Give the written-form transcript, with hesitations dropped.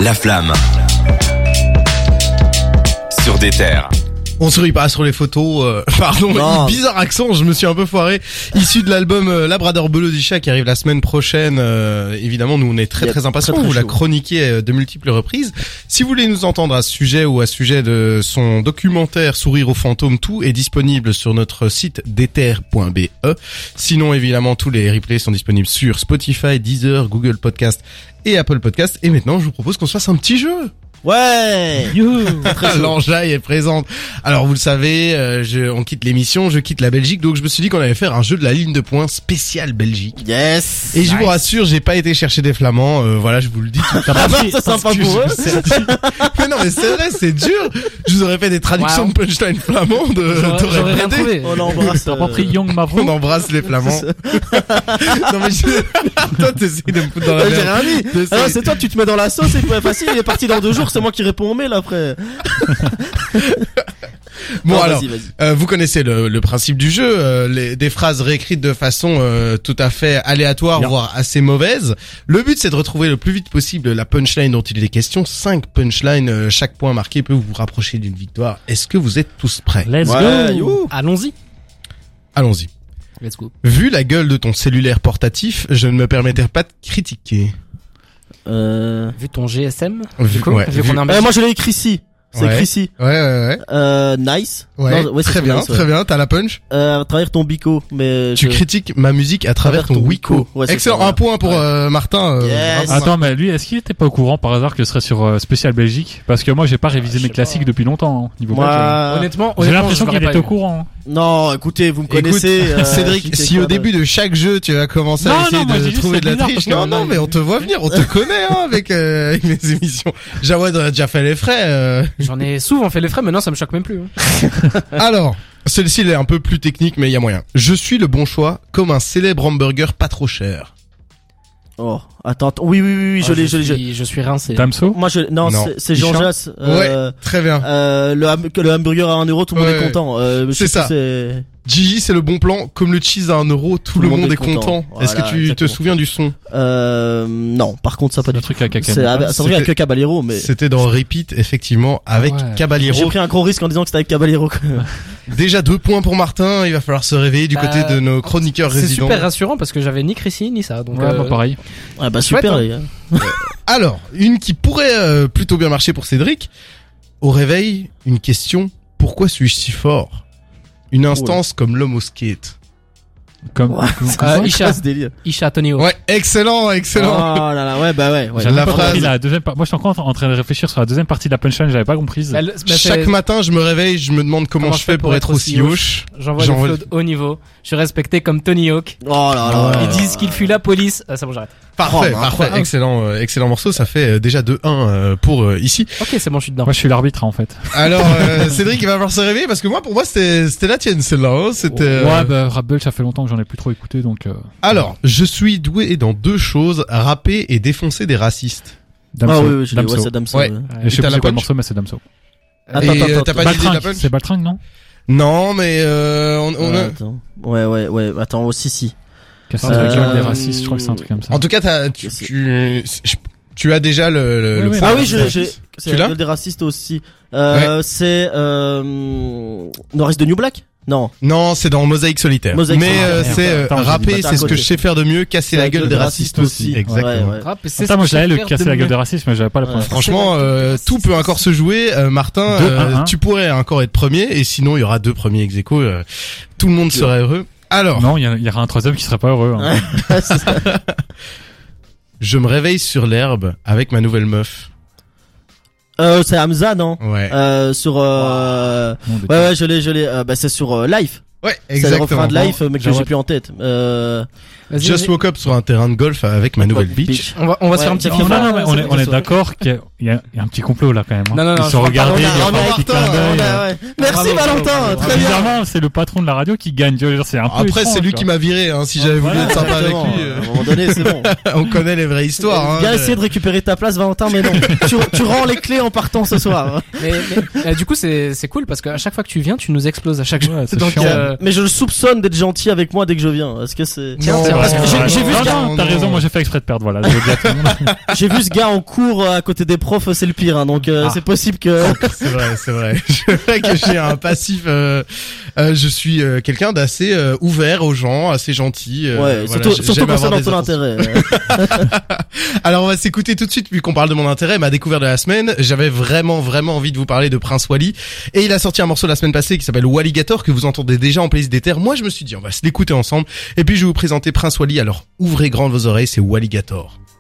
La flamme. Sur des terres. On sourit pas sur les photos, bizarre accent, je me suis un peu foiré. Issu de l'album Labrador Bolodicha qui arrive la semaine prochaine, évidemment nous on est très impatients, vous la chroniquez de multiples reprises. Si vous voulez nous entendre à ce sujet ou à sujet de son documentaire Sourire aux fantômes, tout est disponible sur notre site déter.be. Sinon évidemment tous les replays sont disponibles sur Spotify, Deezer, Google Podcast et Apple Podcast. Et maintenant je vous propose qu'on se fasse un petit jeu. Ouais. L'enjaille est présente. Alors vous le savez, on quitte l'émission, je quitte la Belgique, donc je me suis dit qu'on allait faire un jeu de la ligne de points spécial Belgique. Yes. Et je vous rassure, j'ai pas été chercher des Flamands. Voilà, je vous le dis. C'est sympa pour eux. Mais non, mais c'est vrai, c'est dur. Je vous aurais fait des traductions de punchline flamandes. J'aurais rien trouvé. On embrasse. T'as pas pris Young Mavro? On embrasse les Flamands. Non mais toi t'essayes de me foutre dans la merde. J'ai rien dit. Alors, c'est toi, tu te mets dans la sauce, c'est pas facile. Il est parti dans 2 jours. C'est moi qui réponds au mail après. Bon non, alors, vas-y. vous connaissez le principe du jeu, des phrases réécrites de façon tout à fait aléatoire, voire assez mauvaise. Le but c'est de retrouver le plus vite possible la punchline dont il est question. 5 punchlines, chaque point marqué peut vous rapprocher d'une victoire. Est-ce que vous êtes tous prêts? Let's go. Allons-y. Allons-y. Let's go. Vu la gueule de ton cellulaire portatif, je ne me permettrai pas de critiquer. Vu ton GSM, Vu qu'on est en moi je l'ai écrit ici. C'est écrit ici. Ouais. Nice. Ouais. Non, très bien, nice, très bien. T'as la punch. À travers ton bico, mais tu critiques ma musique à travers ton Wiko. Ouais, excellent. Ça, un point pour Martin. Yes. Attends, mais lui, est-ce qu'il était pas au courant par hasard que ce serait sur spécial Belgique? Parce que moi, j'ai pas révisé mes classiques depuis longtemps. Niveau honnêtement, j'ai l'impression qu'il était au courant. Non, écoutez, vous me connaissez. Cédric, si au début de chaque jeu tu vas commencer à essayer de trouver de la triche, non, mais on te voit venir, on te connaît avec mes émissions. Jawad a déjà fait les frais. J'en ai souvent fait les frais, maintenant ça me choque même plus. Alors, celui-ci il est un peu plus technique, mais il y a moyen. Je suis le bon choix, comme un célèbre hamburger pas trop cher. Oh, attends, oui, je suis rincé. Damso? Moi, non. C'est Jean Jass. Ouais, très bien. Le hamburger à 1 euro, tout le monde est content. C'est ça. Gigi, c'est le bon plan. Comme le cheese à 1 euro, tout le monde est content. Voilà, est-ce que tu te souviens du son? Non. Par contre, ça pas du truc à Caca. C'est vrai avec Caballero, mais. C'était dans Repeat, effectivement, avec Caballero. J'ai pris un gros risque en disant que c'était avec Caballero. Déjà 2 points pour Martin. Il va falloir se réveiller du côté de nos chroniqueurs résidents. C'est super rassurant parce que j'avais ni Chrissy ni ça. Donc pareil. Ah bah super, les gars. Alors, une qui pourrait plutôt bien marcher pour Cédric. Au réveil, une question. Pourquoi suis-je si fort? Une instance comme l'homme au skate. Isha Tonio. Ouais, excellent. Oh là là, ouais. J'avais pas compris la deuxième Moi, je suis encore en train de réfléchir sur la deuxième partie de la punchline, j'avais pas comprise. Chaque matin, je me réveille, je me demande comment je fais pour être aussi hoche. J'envoie des flots de haut niveau. Je suis respecté comme Tony Hawk. Oh là là. Ils disent qu'il fuit la police. Ah, ça bon, j'arrête. Parfait. Excellent morceau. Ça fait déjà 2-1 pour ici. Ok, c'est bon, je suis dedans. Moi, je suis l'arbitre, en fait. Alors, Cédric, il va falloir se réveiller parce que pour moi, c'était la tienne, celle-là, hein. C'était, ouais, rap belge, ça fait longtemps que j'en ai plus trop écouté, donc, Alors, je suis doué dans 2 choses, rapper et défoncer des racistes. Damso. Ah oui, c'est Damso. Ouais. Je sais pas le morceau, mais c'est Damso. Attends, t'as pas d'idée de la punch? C'est Baltringue, non? Non, mais on a... Attends. Ouais. Attends, aussi si. Casser la gueule des racistes, je crois que c'est un truc comme ça. En tout cas, tu as déjà le ah oui, c'est la gueule des racistes aussi. C'est Norris de New Black? Non, c'est dans Mosaïque solitaire. C'est rapper, c'est ce que je sais faire de mieux, casser la gueule des racistes aussi. Exactement. Attends, moi j'avais le casser la gueule des racistes, mais j'avais pas la première. Franchement, tout peut encore se jouer. Martin, tu pourrais encore être premier, et sinon il y aura 2 premiers ex aequo. Tout le monde serait heureux. Alors. Non, il y aura un 3e qui serait pas heureux. Hein. Je me réveille sur l'herbe avec ma nouvelle meuf. C'est Hamza, non? Ouais. Sur ouais, je l'ai. C'est sur Life. Ouais, exactement. C'est le refrain de Life, mais que j'ai plus en tête. Just woke up sur un terrain de golf avec ma nouvelle bitch. On va se faire un petit film. Non, on est d'accord qu'il y a un petit complot là quand même. Non. Ils se regardent. Merci Valentin. Très bien. Bizarrement, c'est le patron de la radio qui gagne. C'est un peu. Après, c'est lui qui m'a viré. Si j'avais voulu être sympa avec lui. À un moment donné, c'est bon. On connaît les vraies histoires. Viens essayer de récupérer ta place, Valentin, mais non. Tu rends les clés en partant ce soir. Mais du coup, c'est cool parce qu'à chaque fois que tu viens, tu nous exploses à chaque jour. Donc, mais je le soupçonne d'être gentil avec moi dès que je viens. Est-ce que c'est... J'ai vu ce gars. T'as raison, moi j'ai fait exprès de perdre, voilà. J'ai vu ce gars en cours à côté des profs prof, c'est le pire, hein, donc c'est possible que. C'est vrai. C'est vrai que j'ai un passif. Je suis quelqu'un d'assez ouvert aux gens, assez gentil. Ouais, voilà, surtout quand c'est dans ton intérêt. Alors on va s'écouter tout de suite, vu qu'on parle de mon intérêt, ma découverte de la semaine. J'avais vraiment envie de vous parler de Prince Wally, et il a sorti un morceau la semaine passée qui s'appelle Walligator, que vous entendez déjà en playlist d'Ether. Moi je me suis dit on va se l'écouter ensemble, et puis je vais vous présenter Prince Wally. Alors ouvrez grand vos oreilles, c'est Walligator.